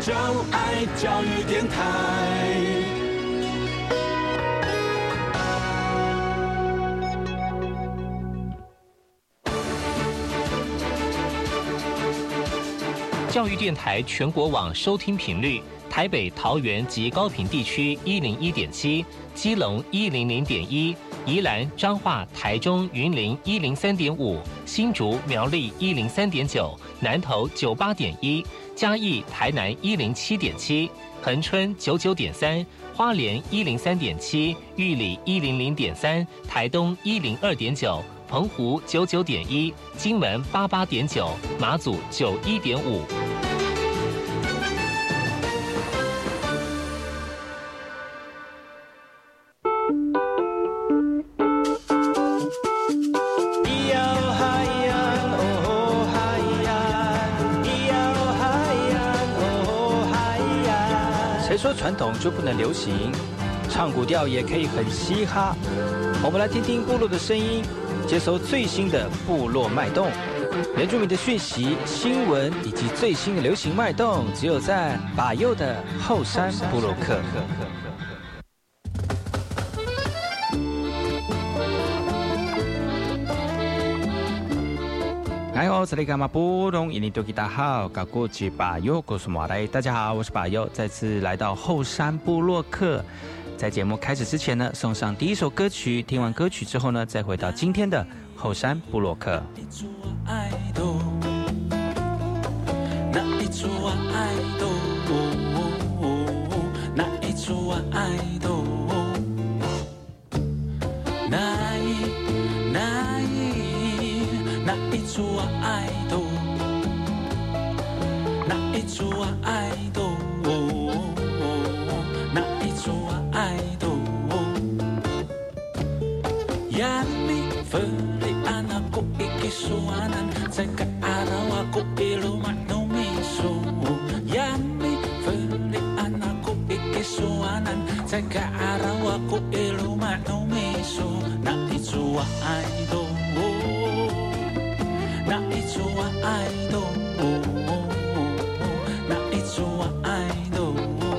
就爱教育电台。 教育电台全国网收听频率：台北、桃园及高屏地区101.7，基隆100.1，宜兰、彰化、台中、云林103.5，新竹、苗栗103.9，南投98.1，嘉义、台南107.7，恒春99.3，花莲103.7，玉里100.3，台东102.9。澎湖99.1，金门88.9，马祖91.5。 谁说传统就不能流行？唱古调也可以很嘻哈。我们来听听部落的声音。接收最新的部落脉动，原住民的讯息、新闻以及最新的流行脉动，只有在把右的后山部落客。哎呦，这里干嘛不懂？印尼多吉大好，搞过去把右，告诉马来，大家好，我是把右，再次来到后山部落客。在节目开始之前呢，送上第一首歌曲。听完歌曲之后呢，再回到今天的后山部落客。 Yami feli anakku ikisuanan Seka araw ako ilumat numiso Yami feli anakku ikisuanan Seka araw ako ilumat numiso Na itsua aido Na itsua aido Na itsua aido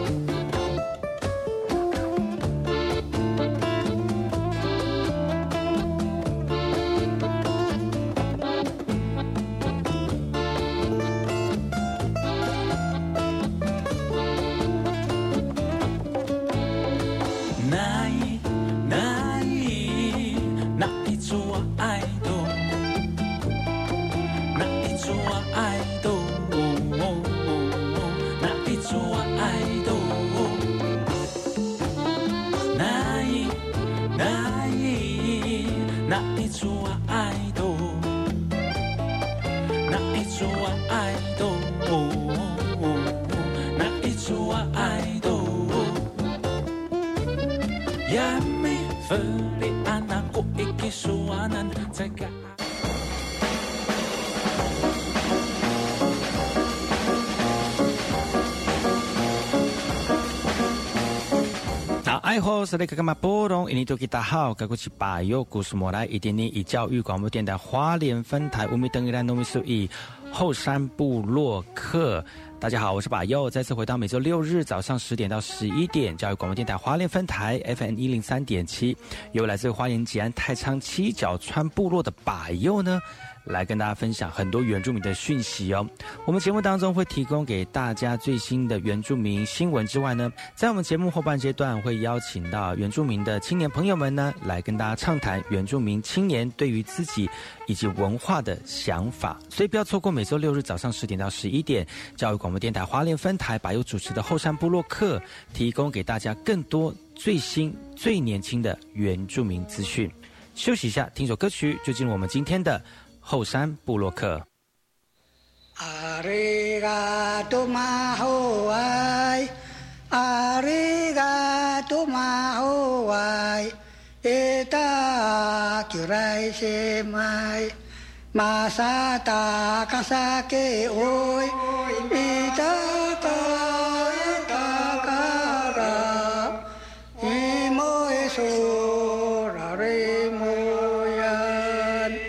爱好是那个干嘛波动？印尼多吉大好，该过去把右故事莫来一点点以教育广播电台花莲分台乌米登伊兰农米苏以后山部落客。大家好，我是把右，再次回到每周六日早上10点到11点，教育广播电台花莲分台 FM 103.7，由来自花莲吉安太仓七角川部落的把右呢，来跟大家分享很多原住民的讯息哦。我们节目当中会提供给大家最新的原住民新闻之外呢，在我们节目后半阶段会邀请到原住民的青年朋友们呢，来跟大家畅谈原住民青年对于自己以及文化的想法。所以不要错过每周六日早上10点到11点，教育广播电台花莲分台把由主持的后山部落客，提供给大家更多最新最年轻的原住民资讯。休息一下，听首歌曲，就进入我们今天的后山部落客。 ありがとうまほわい、ありがとうまほわい、えたきゅらいせまい、まさたかさけおい、いたかえたからいもえそられもやん、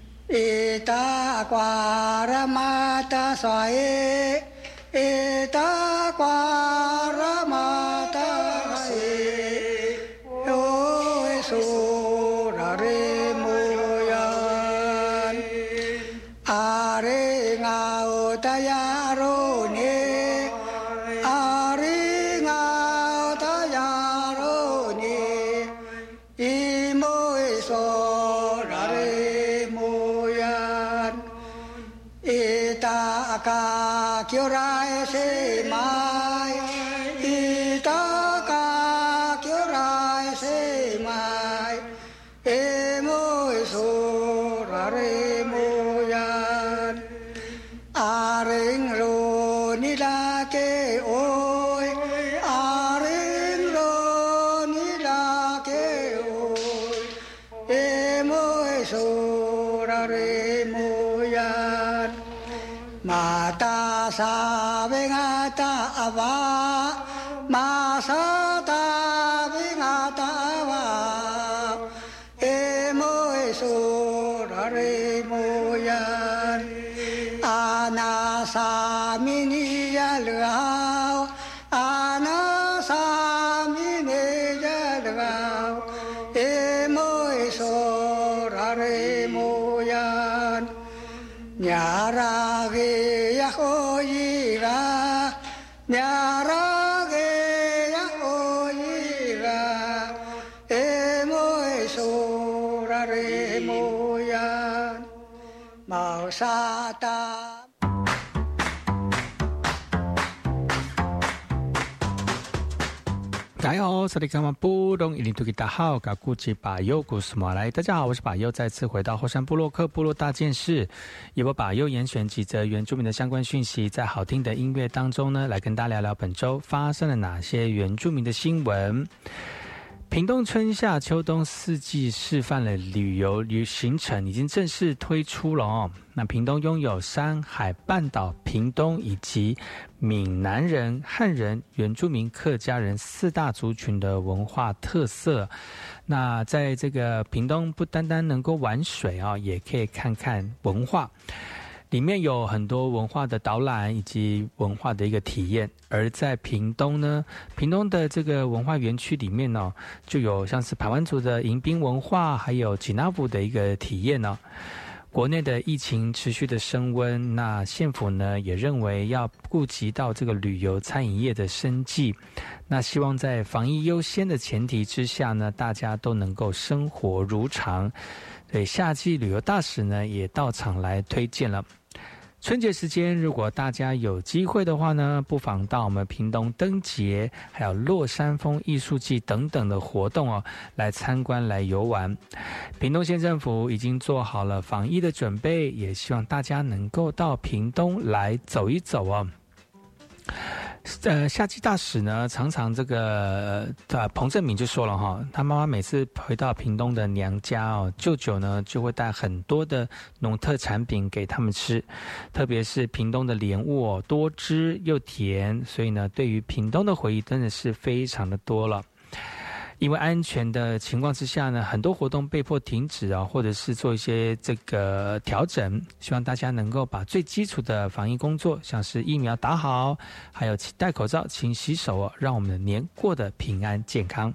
いたからまたさえ、いた ta ya ro ni a ri ngao ta ya ro ni i mo so ra re mo yan e ta ka kyo ra se mai e ta ka kyo ra se mai e mo so ra re mo yan a ring ro ni la ke oi a ring ro ni la ke oi e mo so ra re mo yan ma ta sa ve nga ta va ma sa ta ve nga ta va e mo so ra re mo yan a na sa mi ni ya lao a na sa mi ni ya lao e mo so ra re mo yan nya ra ge ya ho yi ra nya ra ge ya ho yi ra e mo so ra re mo yan mao sa ta 大家好，这里是布隆伊林图吉达号，嘎古吉巴尤古斯马来。大家好，我是巴尤，再次回到后山部落克部落大件事，也为巴尤严选几则原住民的相关讯息，在好听的音乐当中呢，来跟大家聊聊本周发生了哪些原住民的新闻。屏东春夏秋冬四季示范的旅游行程已经正式推出了哦。那屏东拥有山海半岛、屏东以及闽南人、汉人、原住民、客家人四大族群的文化特色。那在这个屏东不单单能够玩水啊，也可以看看文化。里面有很多文化的导览以及文化的一个体验，而在屏东呢，屏东的这个文化园区里面呢，就有像是排湾族的迎宾文化，还有吉纳布的一个体验呢。国内的疫情持续的升温，那县府呢也认为要顾及到这个旅游餐饮业的生计，那希望在防疫优先的前提之下呢，大家都能够生活如常。所以夏季旅游大使呢也到场来推荐了。春节时间，如果大家有机会的话呢，不妨到我们屏东灯节，还有落山风艺术季等等的活动哦，来参观来游玩。屏东县政府已经做好了防疫的准备，也希望大家能够到屏东来走一走哦。夏季大使呢，常常这个彭正明就说了哈，他妈妈每次回到屏东的娘家哦，舅舅呢就会带很多的农特产品给他们吃，特别是屏东的莲雾哦，多汁又甜，所以呢，对于屏东的回忆真的是非常的多了。因为安全的情况之下呢，很多活动被迫停止啊，或者是做一些这个调整。希望大家能够把最基础的防疫工作，像是疫苗打好，还有戴口罩、勤洗手哦，让我们的年过得平安健康。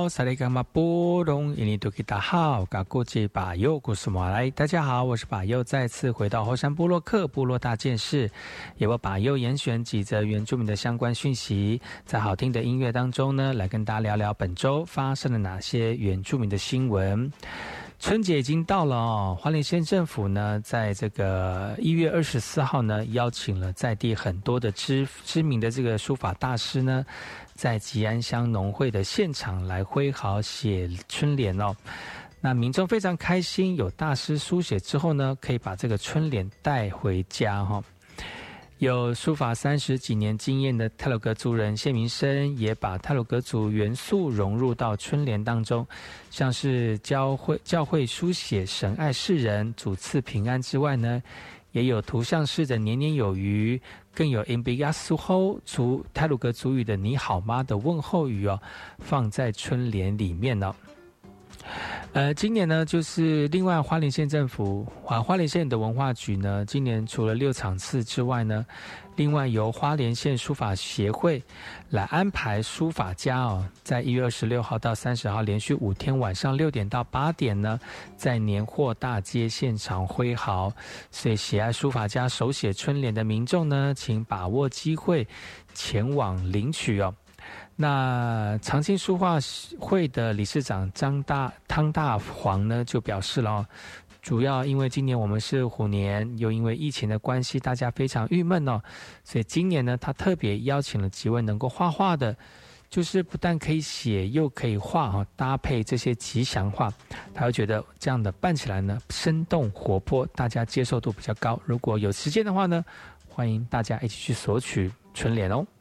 好，萨利伽马波隆印尼多吉达好，嘎古吉巴佑古斯马来，大家好，我是巴佑，再次回到后山部落客部落大件事，由我巴佑严选几则原住民的相关讯息，在好听的音乐当中呢，来跟大家聊聊本周发生了哪些原住民的新闻。春节已经到了哦，花莲县政府呢，在这个1月24号呢，邀请了在地很多的知名的这个书法大师呢，在吉安乡农会的现场来挥毫写春联哦。那民众非常开心，有大师书写之后呢，可以把这个春联带回家哈。有书法30几年经验的太鲁阁族人谢明生，也把太鲁阁族元素融入到春联当中，像是教会书写神爱世人、主赐平安之外呢，也有图像式的年年有余，更有 Imbiya Suho 太鲁阁族语的你好吗的问候语哦，放在春联里面哦。今年呢，就是另外花莲县政府花莲县的文化局呢，今年除了6场次之外呢，另外由花莲县书法协会来安排书法家哦，在1月26号到30号连续5天晚上6点到8点呢，在年货大街现场挥毫，所以喜爱书法家手写春联的民众呢，请把握机会前往领取哦。那长青书画会的理事长汤大黄呢就表示了哦，主要因为今年我们是虎年，又因为疫情的关系，大家非常郁闷哦，所以今年呢，他特别邀请了几位能够画画的，就是不但可以写又可以画哦，搭配这些吉祥话，他会觉得这样的办起来呢，生动活泼，大家接受度比较高。如果有时间的话呢，欢迎大家一起去索取春联哦。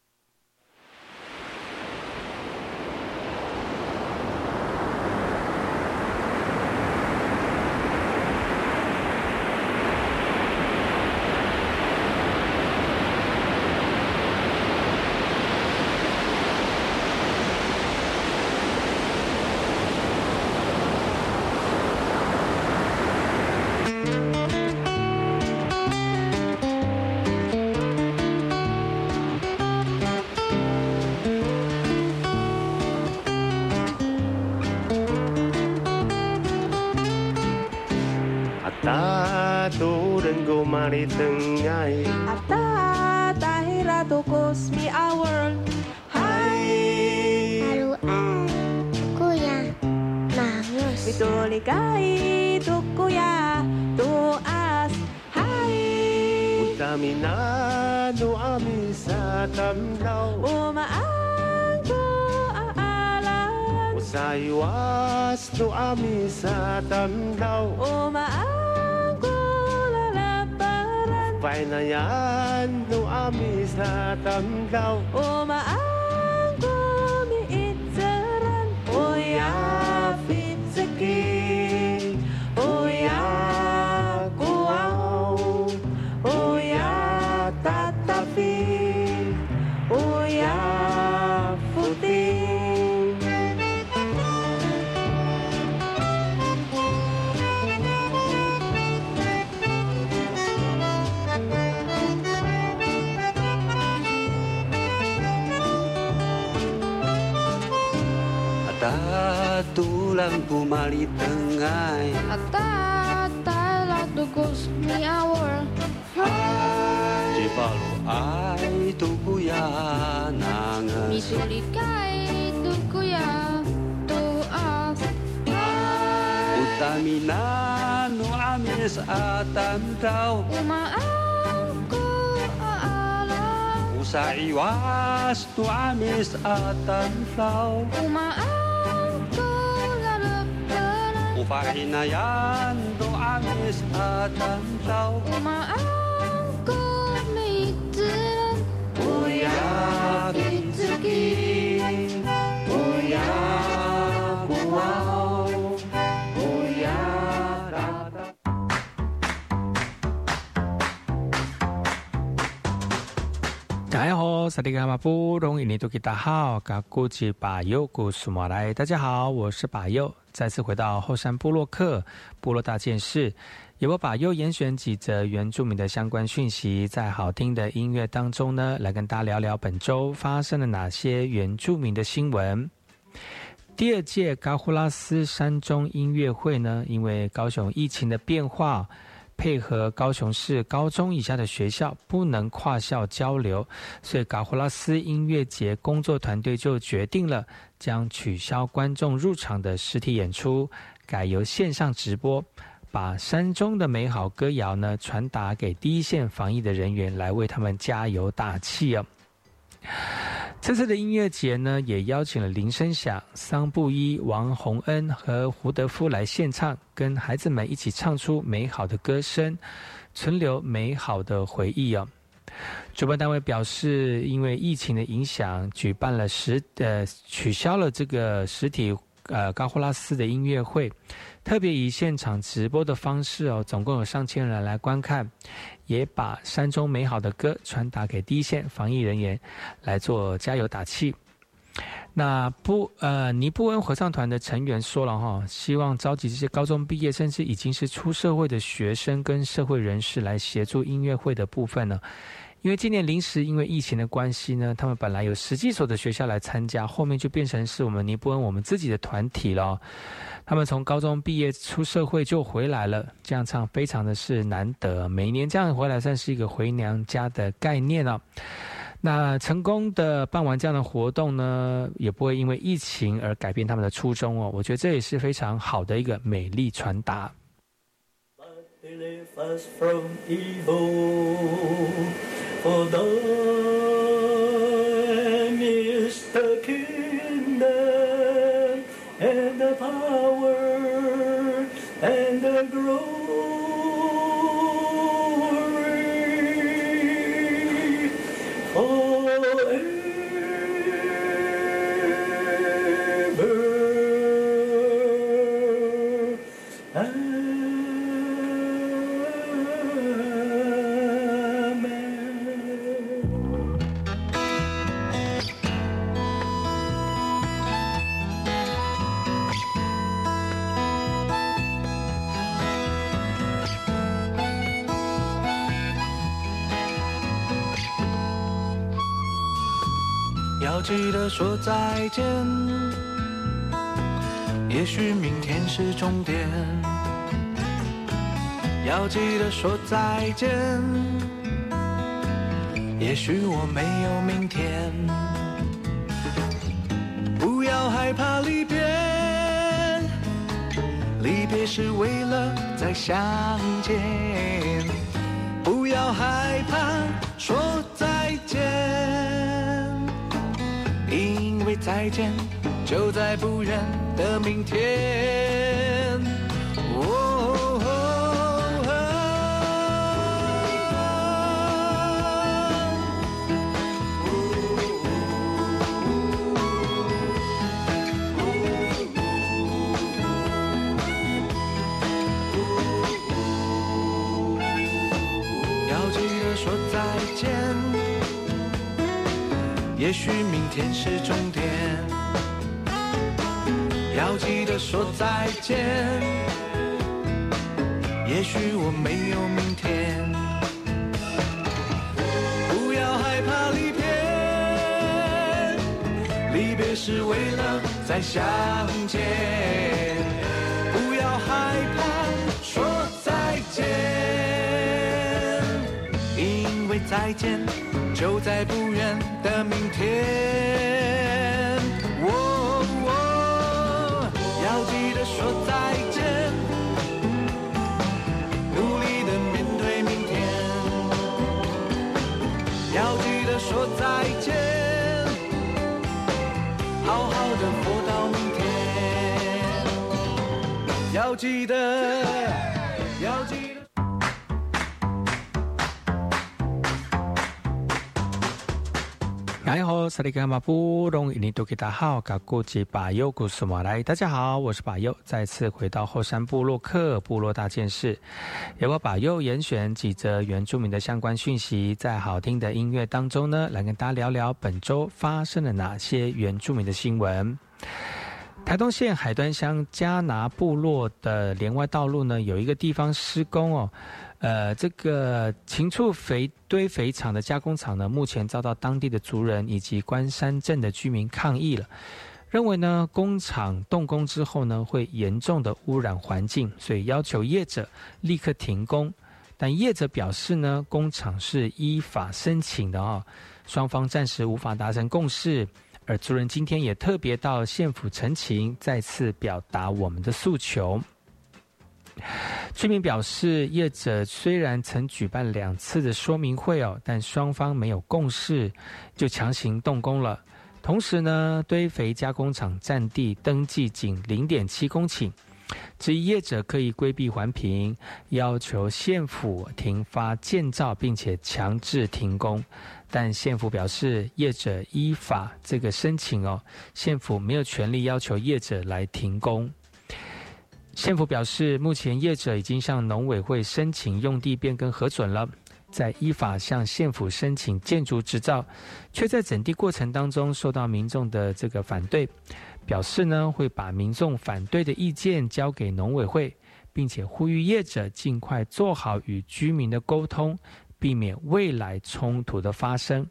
Ata tahira tukos mi our Hai Haluan kuya nangos Bitulikai tukuya tuas Hai Utaminado ami sa tamlaw Umaan ko aalan Usaywas do ami sa tamlaw Umaan Painayan do ami sa tamlaw Umaan ko miitsaran Uya fitsaki Uya kuwaw Uya tatapi Uya futing Tulang kumali tengay Ata tala tukos mi our Jibalo ay tukuya nangas Misulikay tukuya tuas Utamina no amis atam daw Umaan ko aalan Usaiwas no amis atam daw Umaan Upahinayan do amis atam daw Umaan ko miitsaran Uya fitsaki Uya kuwaw Uya rata 大家好，萨利伽马布隆印尼多吉达好，嘎古吉巴佑古苏马来，大家好，我是巴佑，再次回到后山部落客部落大件事，由我巴佑严选几则原住民的相关讯息，在好听的音乐当中呢，来跟大家聊聊本周发生了哪些原住民的新闻。 第二届高呼拉斯山中音乐会呢，因为高雄疫情的变化，配合高雄市高中以下的学校不能跨校交流，所以高呼拉斯音乐节工作团队就决定了将取消观众入场的实体演出，改由线上直播，把山中的美好歌谣呢传达给第一线防疫的人员，来为他们加油打气哦。这次的音乐节呢，也邀请了林声响、桑布依、王洪恩和胡德夫来献唱，跟孩子们一起唱出美好的歌声，存留美好的回忆哦。主办单位表示，因为疫情的影响，取消了这个实体高呼拉斯的音乐会，特别以现场直播的方式哦，总共有上千人来观看，也把山中美好的歌传达给第一线防疫人员，来做加油打气。那尼布恩合唱团的成员说了哈，希望召集这些高中毕业甚至已经是出社会的学生跟社会人士来协助音乐会的部分呢。因为今年临时因为疫情的关系呢，他们本来有10几所的学校来参加，后面就变成是我们尼布恩我们自己的团体了。他们从高中毕业出社会就回来了，这样唱非常的是难得，每年这样回来算是一个回娘家的概念哦。那成功的办完这样的活动呢，也不会因为疫情而改变他们的初衷哦。我觉得这也是非常好的一个美丽传达。 Deliver us from evil, for thine is the kingdom and the power and the glory forever.要记得说再见，也许明天是终点。要记得说再见，也许我没有明天。不要害怕离别，离别是为了再相见。不要害怕说再见，因为再见就在不远的明天。要记得说再见，也许明天是终点。要记得说再见，也许我没有明天。不要害怕离别，离别是为了再相见。不要害怕说再见，因为再见就在不远的明天。要记得说再见，努力的面对明天。要记得说再见，好好的活到明天。要记得，要记得。 你好，萨利格马布隆伊尼多吉达好，嘎古吉巴尤古苏马来，大家好，我是巴尤，再次回到后山部落客部落大件事，由我巴尤严选几则原住民的相关讯息，在好听的音乐当中呢，来跟大家聊聊本周发生了哪些原住民的新闻。台东县海端乡嘉拿部落的连外道路呢，有一个地方施工哦。这个禽畜堆肥厂的加工厂呢，目前遭到当地的族人以及关山镇的居民抗议了。 认为呢工厂动工之后呢会严重的污染环境，所以要求业者立刻停工。但业者表示呢，工厂是依法申请的双方暂时无法达成共识。而族人今天也特别到县府陈情，再次表达我们的诉求。居民表示，业者虽然曾举办2次的说明会但双方没有共识，就强行动工了。同时呢，堆肥加工厂占地登记仅0.7公顷，质疑业者刻意规避环评，要求县府停发建造，并且强制停工。但县府表示，业者依法这个申请县府没有权利要求业者来停工。县府表示，目前业者已经向农委会申请用地变更核准了，在依法向县府申请建筑执照，却在整地过程当中受到民众的这个反对，表示呢会把民众反对的意见交给农委会，并且呼吁业者尽快做好与居民的沟通，避免未来冲突的发生。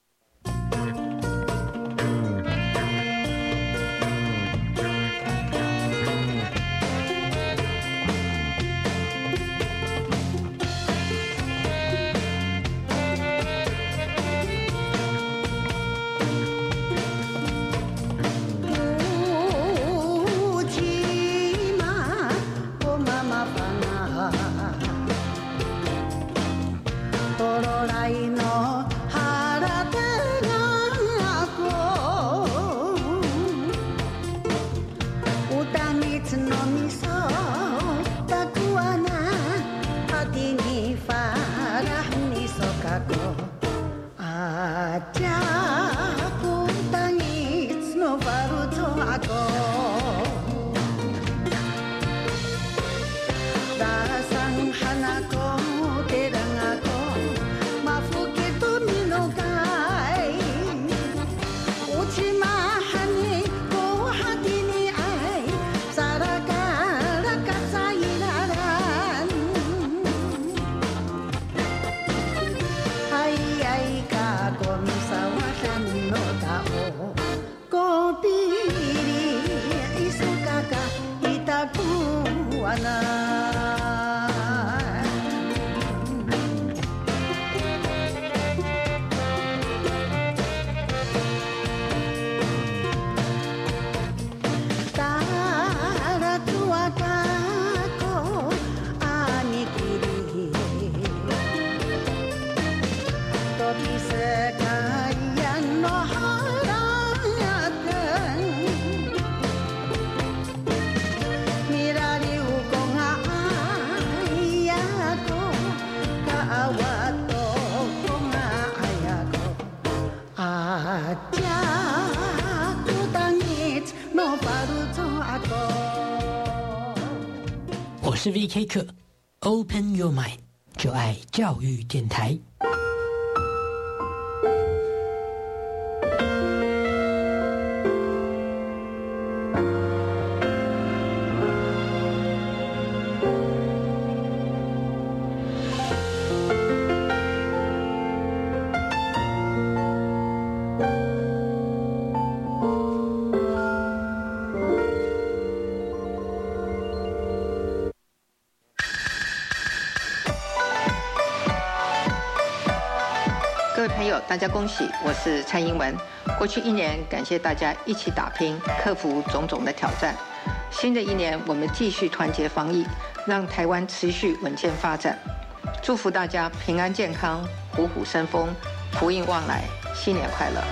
我是 VK 课 ，Open Your Mind， 就爱教育电台。 大家恭喜，我是蔡英文。过去1年，感谢大家一起打拼，克服种种的挑战。新的1年，我们继续团结防疫，让台湾持续稳健发展。祝福大家平安健康，虎虎生风，福运旺来，新年快乐！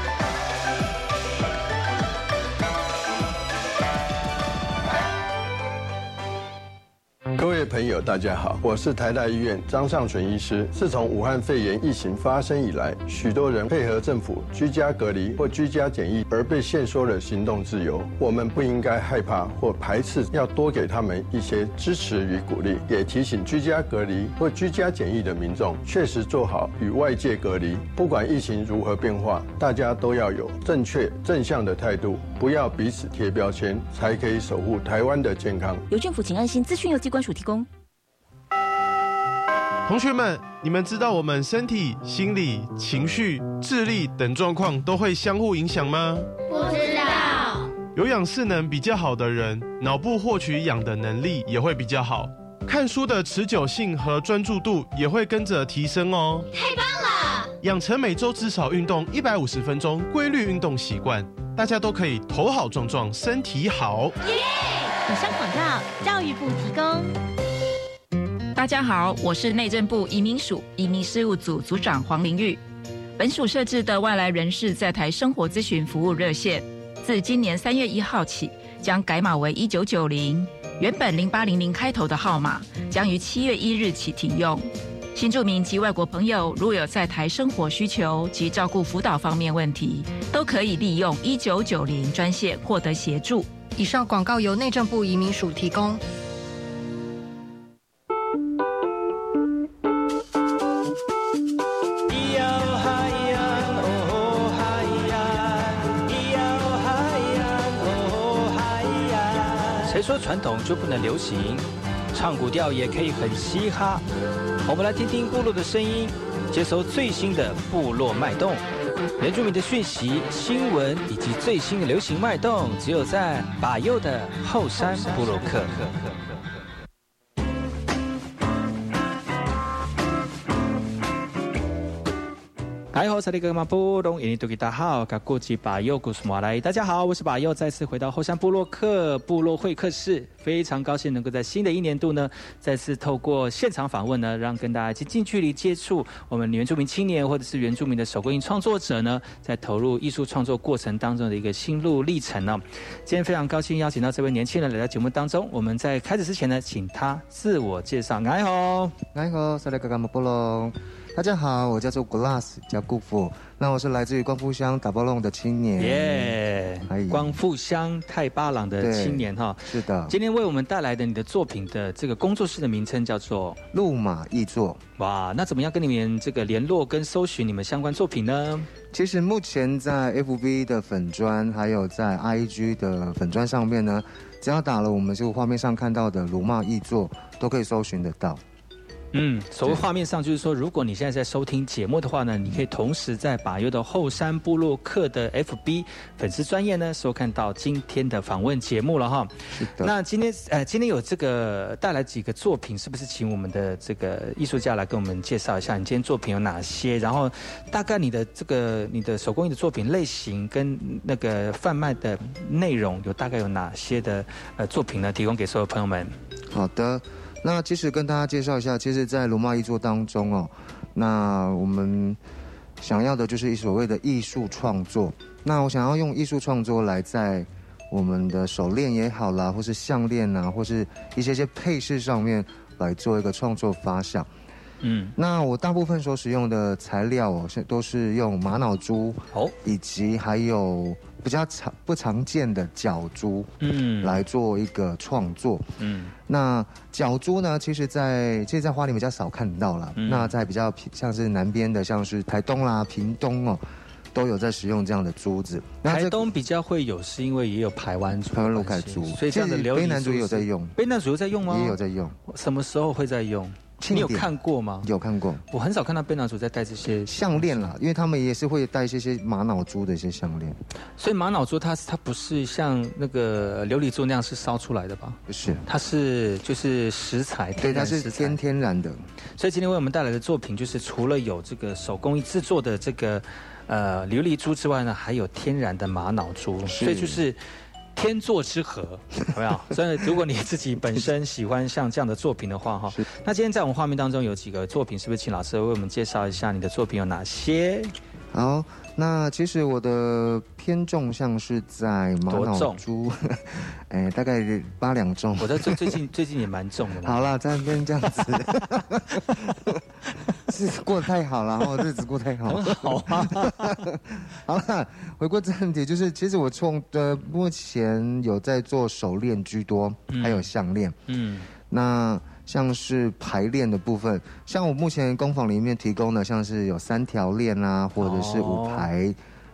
各位朋友，大家好，我是台大医院张尚存医师。自从武汉肺炎疫情发生以来，许多人配合政府居家隔离或居家检疫，而被限缩了行动自由。我们不应该害怕或排斥，要多给他们一些支持与鼓励。也提醒居家隔离或居家检疫的民众，确实做好与外界隔离。不管疫情如何变化，大家都要有正确正向的态度，不要彼此贴标签，才可以守护台湾的健康。 由政府请安心资讯由机关署提供。 同学们，你们知道我们身体、心理、情绪、智力等状况都会相互影响吗？ 不知道。 有氧势能比较好的人，脑部获取氧的能力也会比较好，看书的持久性和专注度也会跟着提升哦。 太棒了！ 养成每周至少运动150分钟规律运动习惯，大家都可以头好壮壮，身体好。 以上广告，教育部提供。 大家好，我是内政部移民署移民事务组组长黄玲玉。本署设置的外来人士在台生活咨询服务热线，自今年3月1号起将改码为1990，原本0800开头的号码将于7月1日起停用。新住民及外国朋友如有在台生活需求及照顾辅导方面问题，都可以利用1990专线获得协助。 以上广告由内政部移民署提供。 谁说传统就不能流行？唱古调也可以很嘻哈。我们来听听部落的声音，接收最新的部落脉动、原住民的讯息、新闻以及最新的流行脉动，只有在把右的后山部落客。大家好，我是把右，再次回到后山部落客部落会客室，非常高兴能够在新的一年度呢，再次透过现场访问呢，让跟大家一起近距离接触我们原住民青年或者是原住民的手工艺创作者呢，在投入艺术创作过程当中的一个心路历程呢。今天非常高兴邀请到这位年轻人来到节目当中，我们在开始之前呢，请他自我介绍。你好， 萨利嘎嘎马波隆。大家好，我叫做 Glass， 叫顾富。那我是来自于光复乡打包弄的青年。 耶，光复乡太巴朗的青年哈。 是的。今天为我们带来的你的作品的这个工作室的名称叫做路马艺作。 哇，那怎么样跟你们这个联络跟搜寻你们相关作品呢？ 其实目前在 FB 的粉专，还有在 IG 的粉专上面呢，只要打了我们这个画面上看到的路马艺作，都可以搜寻得到。 所谓画面上就是说，如果你现在在收听节目的话呢，你可以同时在把右的后山部落客的 FB 粉丝专页呢收看到今天的访问节目了哈。 是的。 那今天有这个带来几个作品，是不是请我们的这个艺术家来跟我们介绍一下你今天作品有哪些？然后大概你的手工艺的作品类型跟那个贩卖的内容大概有哪些的作品呢？提供给所有朋友们。 好的。那其实跟大家介绍一下，其实在罗马艺作当中哦，那我们想要的就是所谓的艺术创作。那我想要用艺术创作来在我们的手链也好啦，或是项链啊，或是一些配饰上面来做一个创作发想。那我大部分所使用的材料都是用玛瑙珠以及还有比较不常见的角珠来做一个创作。那角珠呢，其实在花莲比较少看到啦。那在比较像是南边的，像是台东啦、屏东哦，都有在使用这样的珠子。 台东比较会有，是因为也有排湾珠、 排湾鹭凯珠， 所以这样的琉璃珠卑南族也有在用。 卑南族有在用吗？ 也有在用。 什么时候会在用？你有看过吗？ 有看过。 我很少看到卑南族在戴这些项链啦，因为他们也是会戴一些玛瑙珠的一些项链。 所以玛瑙珠它不是像那个琉璃珠那样是烧出来的吧？ 不是， 它是就是食材， 对，它是天然的。 所以今天为我们带来的作品，就是除了有这个手工艺制作的这个琉璃珠之外呢，还有天然的玛瑙珠，所以就是天作之合，有没有？所以如果你自己本身喜欢像这样的作品的话，哈，那今天在我们画面当中有几个作品，是不是请老师为我们介绍一下你的作品有哪些？ 好，那其实我的偏重像是在玛瑙珠，大概8两重。 我在最近也蛮重的嘛。 好了，在那边这样子，日子过得太好了，日子过得太好， 很好啊。 好了，回归正题，就是其实我目前有在做手链居多，还有项链。那像是排链的部分，像我目前工坊里面提供的，像是有3条链啊，或者是5排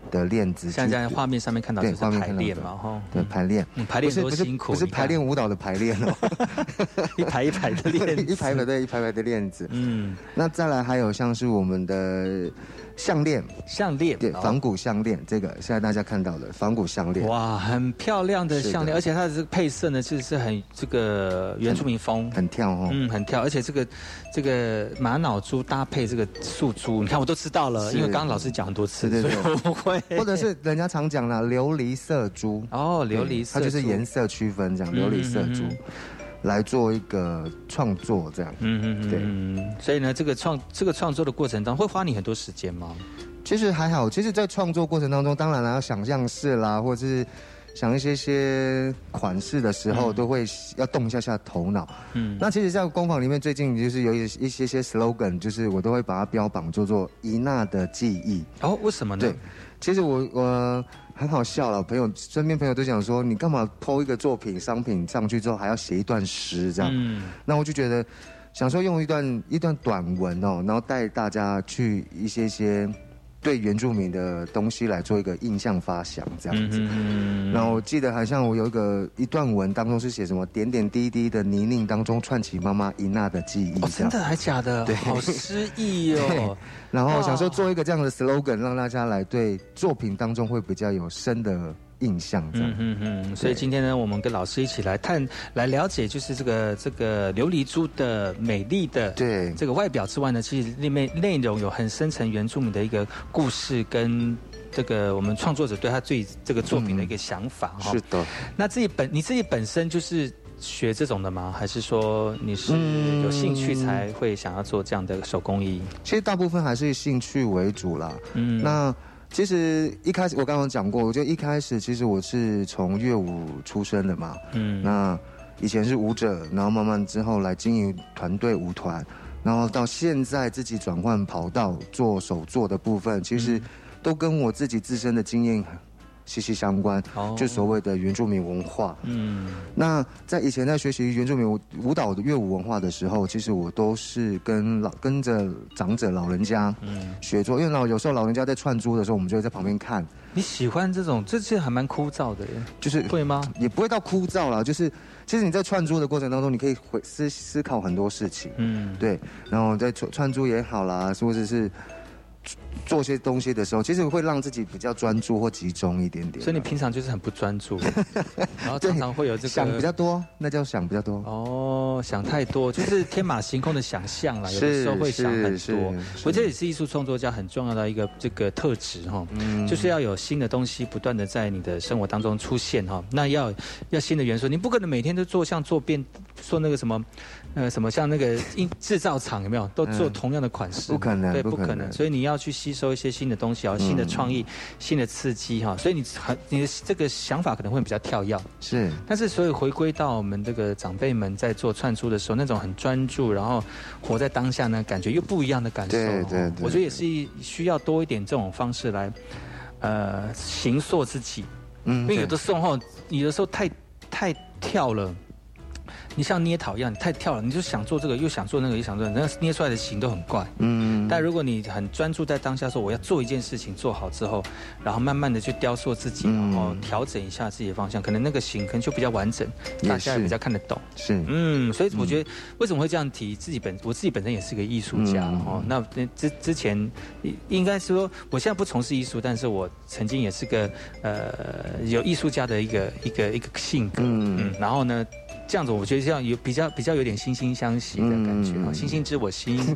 的链子， 像在画面上面看到就是排练嘛，哈， 对，排练， 排练多辛苦， 不是排练舞蹈的排练哦， 一排一排的链子， 一排排的链子，那再来还有像是我们的项链，对，仿古项链，这个现在大家看到的仿古项链， 哇，很漂亮的项链，而且它的这个配色呢，其实是很这个原住民风， 很跳哦， 很跳，而且这个玛瑙珠搭配这个素珠，你看我都知道了，因为刚刚老师讲很多次， 对， 我不会， 或者是人家常讲的琉璃色珠， 哦，琉璃色， 它就是颜色区分这样，琉璃色珠。来做一个创作，这样，对， 所以呢，这个创作的过程当中会花你很多时间吗？ 其实还好，其实，在创作过程当中，当然了，要想象式啦，或者是想一些款式的时候，都会要动一下头脑。那其实，在工坊里面，最近就是有一些 slogan， 就是我都会把它标榜做伊娜的记忆。 哦，为什么呢？ 对，其实我。很好笑了，身边朋友都讲说，你干嘛 po 一个作品商品上去之后还要写一段诗这样？那我就觉得，想说用一段短文哦，然后带大家去一些对原住民的东西来做一个印象发想这样子。然后我记得好像我有一段文当中是写什么点点滴滴的泥泞当中串起妈妈伊娜的记忆。 哦，真的还假的？ 对， 好诗意哦。 然后想说做一个这样的 slogan， 让大家来对作品当中会比较有深的印象这样。 所以今天呢，我们跟老师一起来了解，就是这个琉璃珠的美丽的这个外表之外呢，其实里面内容有很深层原住民的一个故事跟这个我们创作者对他这个作品的一个想法哈。 是的。 那你自己本身就是学这种的吗？还是说你是有兴趣才会想要做这样的手工艺？ 其实大部分还是以兴趣为主啦。那其实一开始我刚刚讲过，我觉得一开始其实我是从乐舞出身的嘛。那以前是舞者，然后慢慢之后来经营团队舞团，然后到现在自己转换跑道做手作的部分，其实都跟我自己自身的经验息息相关，就所谓的原住民文化。那在以前在学习原住民舞蹈的乐舞文化的时候，其实我都是跟着长者老人家学做，因为有时候老人家在串珠的时候，我们就会在旁边看。 你喜欢这种？这其实还蛮枯燥的耶。 就是会吗？ 也不会到枯燥啦，就是其实你在串珠的过程当中，你可以思考很多事情。对，然后在串珠也好啦，或者是做些东西的时候，其实会让自己比较专注或集中一点点。 所以你平常就是很不专注，然后常常会有这个想比较多，那叫想比较多。 哦，想太多就是天马行空的想象啦，有的时候会想很多。我觉得也是艺术创作家很重要的一个这个特质哈，就是要有新的东西不断的在你的生活当中出现哈。那要新的元素，你不可能每天都做那个什么像那个制造厂有没有都做同样的款式？ 不可能， 对，不可能。所以你要去吸收一些新的东西，新的创意、新的刺激哈。所以你的这个想法可能会比较跳跃。 是。 但是所以回归到我们这个长辈们在做串珠的时候，那种很专注，然后活在当下呢，感觉又不一样的感受。 对。 我觉得也是需要多一点这种方式来形塑自己。因为有的时候太跳了。你像捏陶一样，你太跳了，你就想做这个，又想做那个，又想做那个，那捏出来的形都很怪。但如果你很专注在当下，说我要做一件事情做好之后，然后慢慢的去雕塑自己，然后调整一下自己的方向，可能那个形可能就比较完整，大家也比较看得懂。 是， 所以我觉得为什么会这样提？我自己本身也是个艺术家哦。那之前应该说，我现在不从事艺术，但是我曾经也是个有艺术家的一个性格。然后呢？这样子，我觉得这样有比较有点惺惺相惜的感觉啊，星星知我心。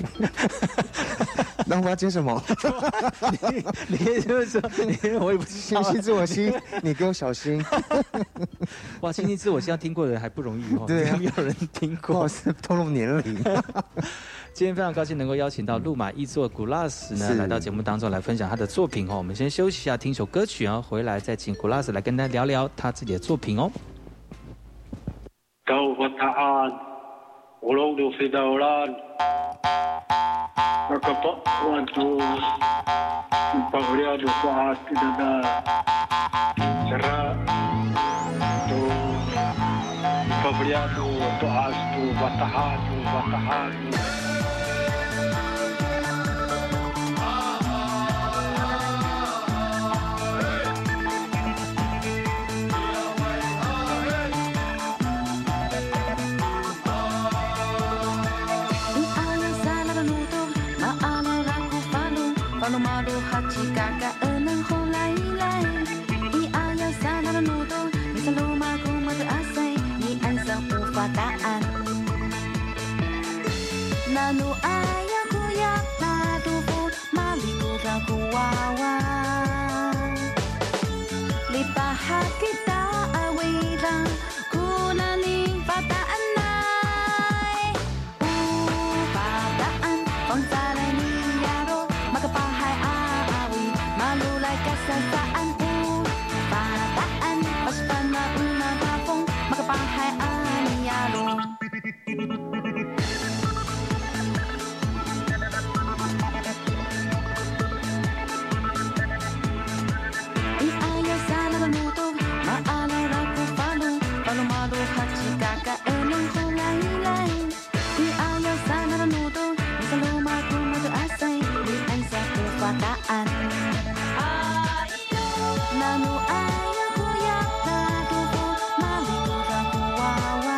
那我要接什么？ 你就是说，我也不知道。 星星知我心，你给我小心。 哇，星星知我心要听过的人还不容易哦。 对啊， 没有人听过。 我是透露年龄。 今天非常高兴能够邀请到鹿马艺作古拉斯呢来到节目当中来分享他的作品哦。我们先休息一下，听首歌曲哦，回来再请古拉斯来跟大家聊聊他自己的作品哦。 Kau bataan ulang do fedaulan Nakapak wantu Paglia do paat Tidada Sera Do Paglia do Toas do Batahan Nanu ayahku ya ladufu maliku ragu wawa Lipaha kita awirang kunani fataanay Fataan konsale ni yaro magpahai awi malulay kasasaan Fataan paspana una tapong magpahai ani yaro Nanu ayahku ya ladufu maliku ragu wawa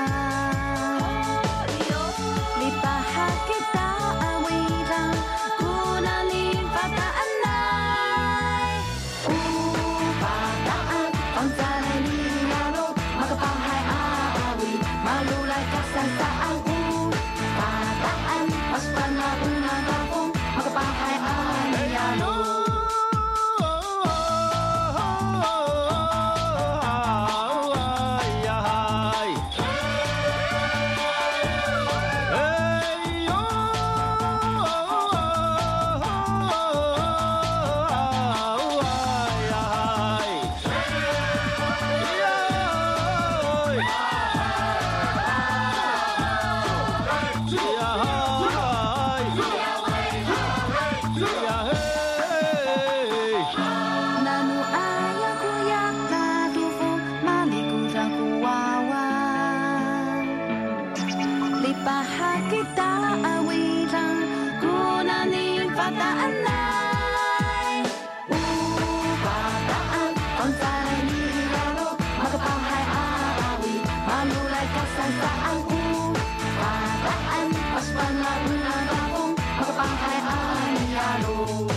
Lipaha kita awirang kunani fataanay Fataan konsale ni yaro magpahai awi malulay kasasaan Fataan paspana una tapong magpahai ani yaro Nanu ayahku ya ladufu maliku ragu wawa Lipaha kita awirang kunani fataanay Fataan konsale ni yaro magpahai awi malulay kasasaan Fataan paspana una tapong magpahai ani yaro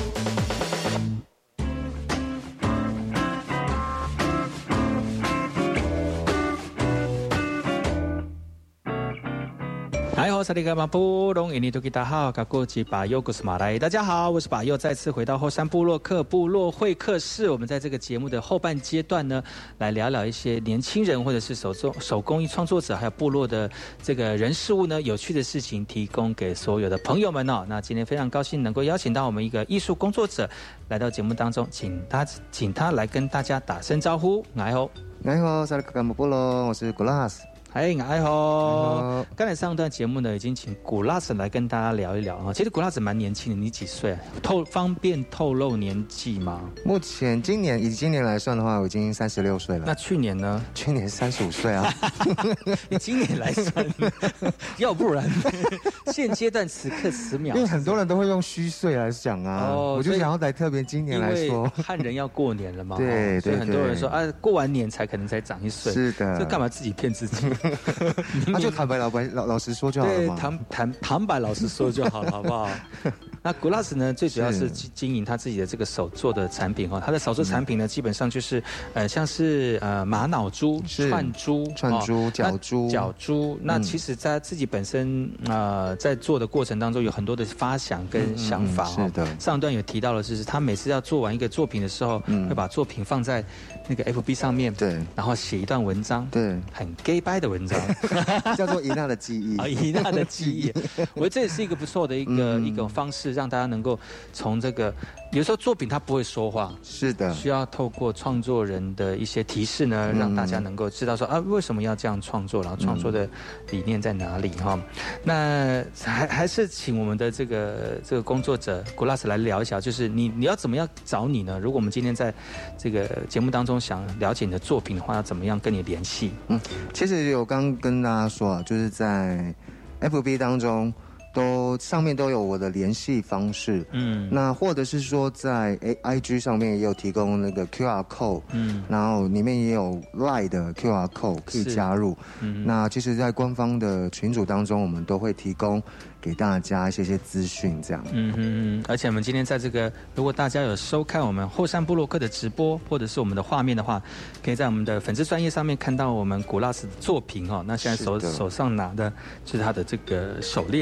嗨，我是那个马布隆，印尼多吉达好，卡古吉巴尤古斯马来。大家好，我是巴尤，再次回到后山部落客部落会客室。我们在这个节目的后半阶段呢，来聊聊一些年轻人或者是手工艺创作者，还有部落的这个人事物呢，有趣的事情提供给所有的朋友们哦。那今天非常高兴能够邀请到我们一个艺术工作者来到节目当中，请他来跟大家打声招呼。你好， 你好，萨利卡马部落，我是 Gulas。 哎，你好！刚才上段节目呢，已经请古拉斯来跟大家聊一聊啊。其实古拉斯蛮年轻的，你几岁啊？方便透露年纪吗？ 目前今年来算的话，我已经36岁了。 那去年呢？ 去年35岁啊。 你今年来算，要不然现阶段此刻此秒， 因为很多人都会用虚岁来讲啊。我就想要来特别今年来说， 因为汉人要过年了嘛。 对， 所以很多人说啊，过完年可能才长1岁。 是的， 这干嘛自己骗自己？ 那就坦白老实说就好了嘛。 对，坦白老实说就好了，好不好？那古拉斯呢，最主要是经营他自己的这个手做的产品哈。他的手做产品呢，基本上就是像是玛瑙珠、串珠、角珠。那其实在自己本身在做的过程当中，有很多的发想跟想法。 是的。 上段有提到了，就是他每次要做完一个作品的时候，会把作品放在那个 FB 上面， 对， 然后写一段文章， 对， 很 gay 掰的文章， 叫做伊娜的记忆。 伊娜的记忆，我觉得这也是一个不错的一个方式，让大家能够从这个有时候作品它不会说话， 是的， 需要透过创作人的一些提示呢，让大家能够知道说啊为什么要这样创作，然后创作的理念在哪里哈。那还是请我们的这个工作者古拉斯来聊一下，就是你要怎么样找你呢？如果我们今天在这个节目当中想了解你的作品的话，要怎么样跟你联系？ 其实我刚跟大家说啊，就是在 FB 当中上面都有我的联系方式，那或者是说在 IG 上面也有提供那个 QR code，然后里面也有 LINE 的 QR code 可以加入，那其实在官方的群组当中，我们都会提供给大家一些资讯，这样。 而且我们今天在这个，如果大家有收看我们后山部落客的直播，或者是我们的画面的话，可以在我们的粉丝专页上面看到我们古拉斯的作品哦。那现在手上拿的就是他的这个手链之一。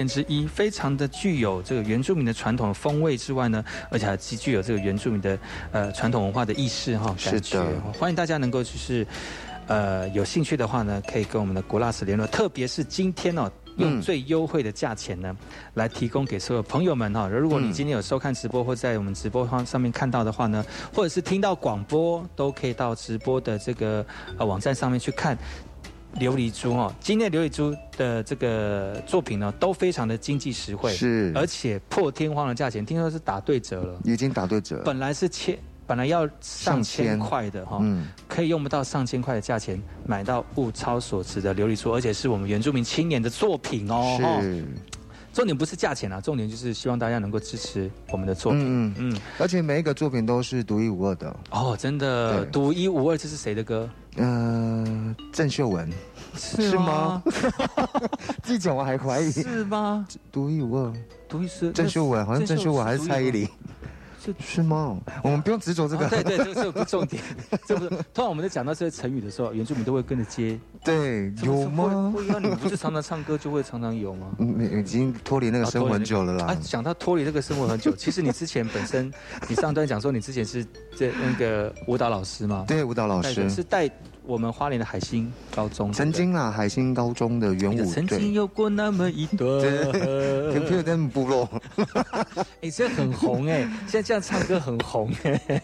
西，非常的具有这个原住民的传统风味之外呢，而且还具有这个原住民的传统文化的意识哈，感觉。欢迎大家能够就是有兴趣的话呢，可以跟我们的国拉斯联络，特别是今天哦。用最优惠的价钱呢，来提供给所有朋友们哈。如果你今天有收看直播或在我们直播上面看到的话呢，或者是听到广播，都可以到直播的这个网站上面去看琉璃珠哈。今天琉璃珠的这个作品呢，都非常的经济实惠， 是，而且破天荒的价钱，听说是打对折了， 已经打对折， 本来要上千块的哈，可以用不到上千块的价钱买到物超所值的琉璃珠，而且是我们原住民青年的作品哦。 是， 重点不是价钱啊，重点就是希望大家能够支持我们的作品。 而且每一个作品都是独一无二的哦，真的独一无二。这是谁的歌？ 郑秀文，是吗？记久我还怀疑是吗？ 独一无二， 独一是郑秀文，好像郑秀文还是蔡依林。是吗？我们不用执着这个。 对，这个不是重点。这不是，通常我们在讲到这些成语的时候，原住民都会跟着接。 对，有吗？ 不一样，你不是常常唱歌就会常常有吗？ 已经脱离那个生活很久了啦。 讲到脱离那个生活很久，其实你之前本身，你上段讲说你之前是在那个舞蹈老师嘛？ 对，舞蹈老师是带我们花莲的海星高中。 曾经啦，海星高中的圆舞队。 曾经有过那么一段。 有点部落。 这很红哎，现在这样唱歌很红哎。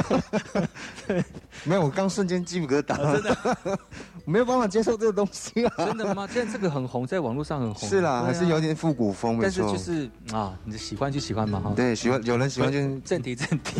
没有，我刚瞬间鸡皮疙瘩，真的没有办法接受这个东西啊！ 真的吗？现在这个很红，在网络上很红。 是啦，还是有点复古风， 但是就是你喜欢就喜欢嘛哈。 对，喜欢有人喜欢就正题。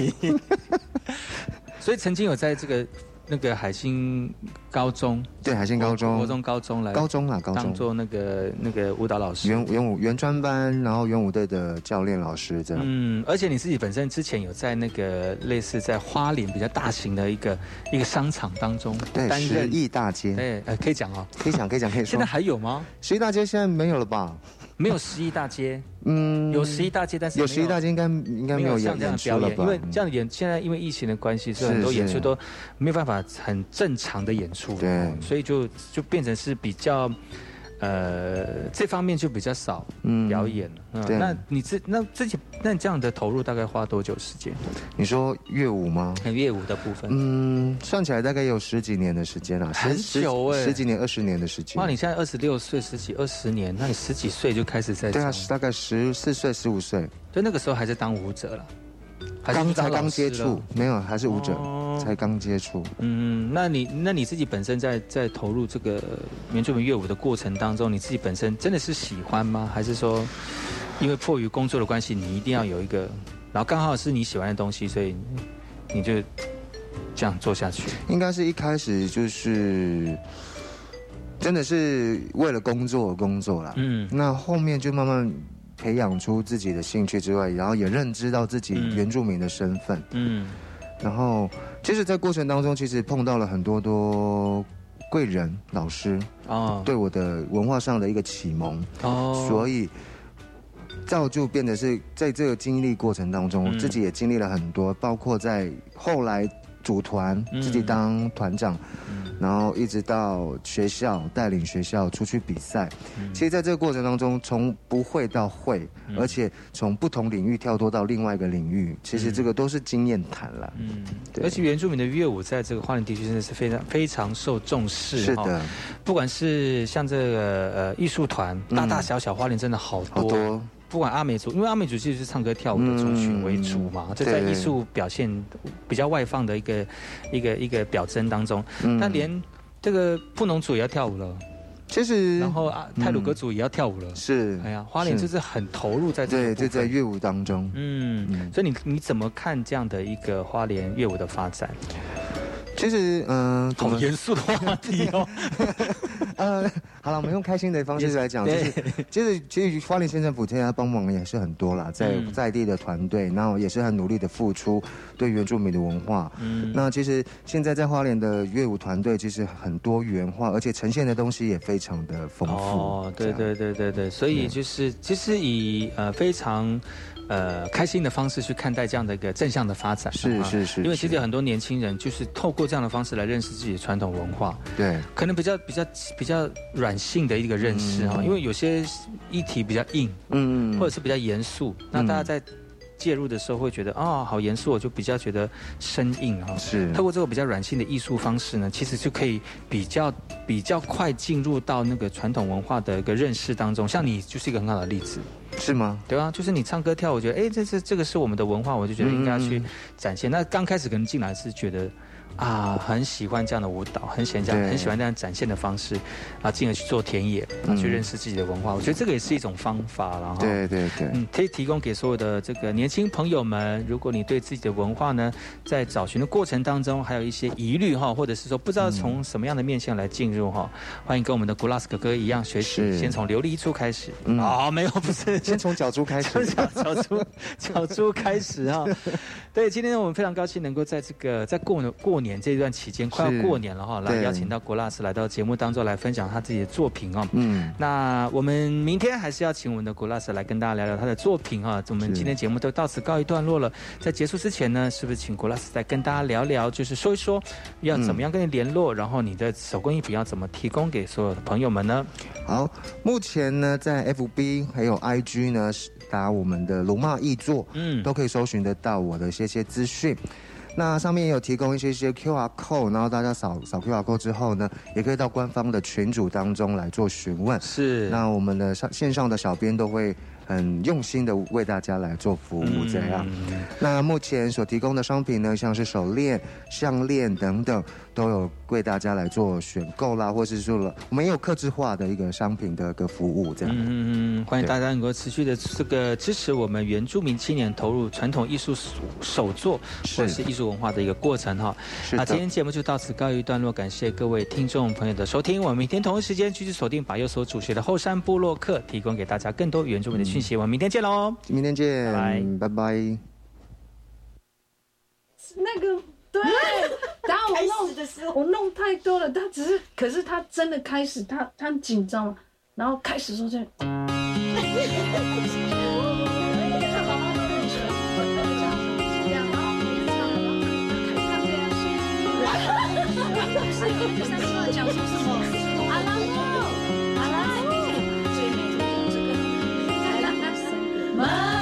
所以曾经有在这个那个海星高中， 对，海星高中、 国中、高中来高中当做那个舞蹈老师， 原专班，然后圆舞队的教练老师这样。 而且你自己本身之前有在那个类似在花莲比较大型的一个商场当中担任10亿大街， 对，可以讲哦， 可以讲，可以说。 现在还有吗 ？10亿大街现在没有了吧？ 没有10亿大街，有10亿大街，但是有10亿大街应该没有像这样的表演，因为这样的现在因为疫情的关系，所以很多演出都没有办法很正常的演出， 对， 所以就变成是比较这方面就比较少表演了。那你这样的投入大概花多久时间？ 你说乐舞吗？ 乐舞的部分， 算起来大概有10几年的时间了， 很久哎 ，10几年、20年的时间。 哇，你现在26岁，10几20年，那你10几岁就开始在？ 对啊，大概14岁、15岁。 对，那个时候还是当舞者了。 才刚接触，没有，还是舞者，才刚接触。 那你自己本身在投入这个原住民乐舞的过程当中，你自己本身真的是喜欢吗？还是说，因为迫于工作的关系，你一定要有一个，然后刚好是你喜欢的东西，所以你就这样做下去？ 应该是一开始就是真的是为了工作而工作啦。那后面就慢慢培养出自己的兴趣之外，然后也认知到自己原住民的身份。然后其实，在过程当中，其实碰到了很多贵人老师对我的文化上的一个启蒙。所以造就变得是在这个经历过程当中，自己也经历了很多，包括在后来组团，自己当团长。然后一直到学校带领学校出去比赛，其实在这个过程当中，从不会到会，而且从不同领域跳脱到另外一个领域，其实这个都是经验谈了。 而且原住民的乐舞在这个花莲地区真的是非常受重视。 是的， 不管是像这个艺术团，大大小小花莲真的好多。不管阿美族，因为阿美族其实是唱歌跳舞的族群为主嘛，就在艺术表现比较外放的一个表征当中，那连这个布农族也要跳舞了， 其实， 然后太鲁阁族也要跳舞了， 是， 哎呀，花莲就是很投入在这个部分， 对，就在乐舞当中， 所以你怎么看这样的一个花莲乐舞的发展？ 其实， 好严肃的话题哦。 好了，我们用开心的方式来讲，其实花莲县政府现在帮忙也是很多啦，在地的团队，然后也是很努力的付出对原住民的文化。那其实现在在花莲的乐舞团队其实很多元化，而且呈现的东西也非常的丰富。 对，所以就是其实以非常。开心的方式去看待这样的一个正向的发展， 是， 因为其实有很多年轻人就是透过这样的方式来认识自己的传统文化， 对， 可能比比较软性的一个认识哈，因为有些议题比较硬，或者是比较严肃，那大家在介入的时候会觉得好严肃，我就比较觉得生硬哈。是，透过这个比较软性的艺术方式呢，其实就可以比较快进入到那个传统文化的一个认识当中。像你就是一个很好的例子。 是吗？ 对啊，就是你唱歌跳，我觉得这个是我们的文化，我就觉得应该要去展现。那刚开始可能进来是觉得很喜欢这样的舞蹈，很喜欢这样展现的方式，进而去做田野，去认识自己的文化。我觉得这个也是一种方法了哈。对，可以提供给所有的这个年轻朋友们，如果你对自己的文化呢，在找寻的过程当中还有一些疑虑哈，或者是说不知道从什么样的面向来进入哈，欢迎跟我们的古拉斯哥哥一样学习，先从琉璃珠开始。没有，不是， 先从角珠开始， 角珠开始哈。对，今天我们非常高兴能够在这个在过年这段期间，快要过年了哈，来邀请到古拉斯来到节目当中来分享他自己的作品哦。那我们明天还是要请我们的古拉斯来跟大家聊聊他的作品哈。我们今天节目都到此告一段落了，在结束之前呢，是不是请古拉斯再跟大家聊聊，就是说一说要怎么样跟你联络，然后你的手工艺品要怎么提供给所有的朋友们呢？ 好，目前呢在 FB 还有 IG 呢，打我们的罗马艺作，都可以搜寻得到我的一些资讯。那上面也有提供一些 QR code， 然后大家扫 QR code 之后呢，也可以到官方的群组当中来做询问。是，那我们的线上的小编都会很用心的为大家来做服务，这样。那目前所提供的商品呢，像是手链、项链等等，都有为大家来做选购啦，或是说我们也有客制化的一个商品的一个服务，这样。欢迎大家能够持续的这个支持我们原住民青年投入传统艺术手作或是艺术文化的一个过程哈。今天节目就到此告一段落，感谢各位听众朋友的收听。我们明天同一时间继续锁定把右所主学的后山部落客，提供给大家更多原住民的讯息。我们明天见喽！ 明天见，拜拜。 那个对，然后我弄太多了，可是他真的开始，他很紧张，然后开始说这。讲说什么？阿拉诺，阿拉诺，最美的这个，阿拉诺。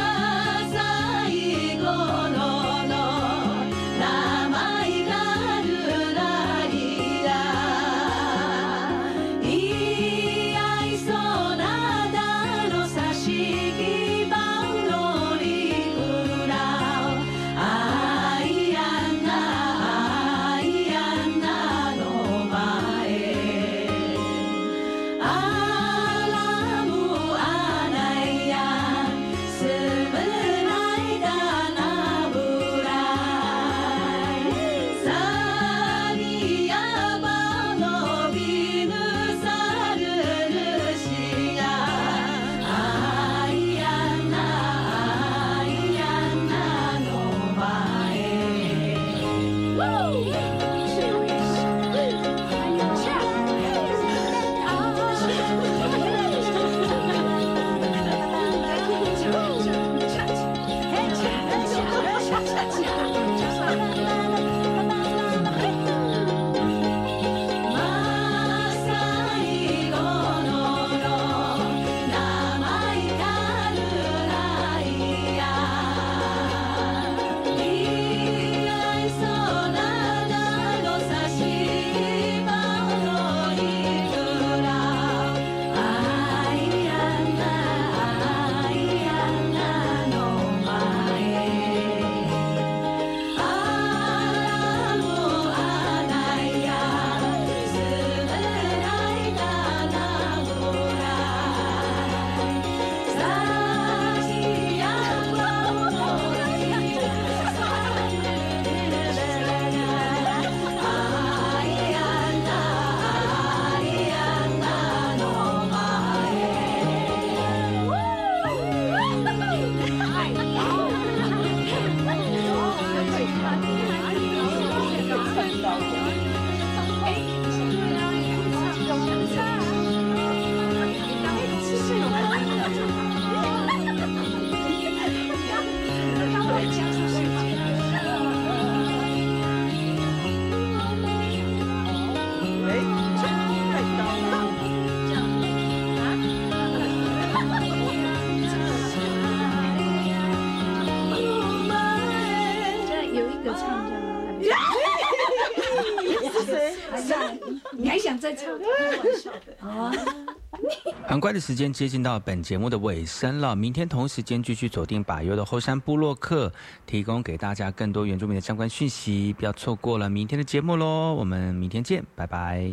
上，你还想再唱？开玩笑的啊！ 很快的时间接近到本节目的尾声了，明天同时间继续锁定巴尤的后山部落客，提供给大家更多原住民的相关讯息，不要错过了明天的节目咯。我们明天见，拜拜。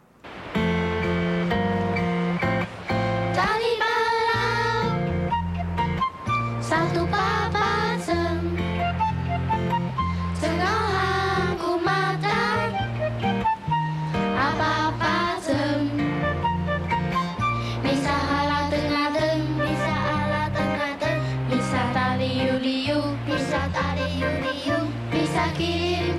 Satu papasan Tengah aku mata Apa-apa-sen Bisa hala tengah-teng Bisa hala tengah-teng Bisa tariu-liu Bisa tariu-liu Bisa kirim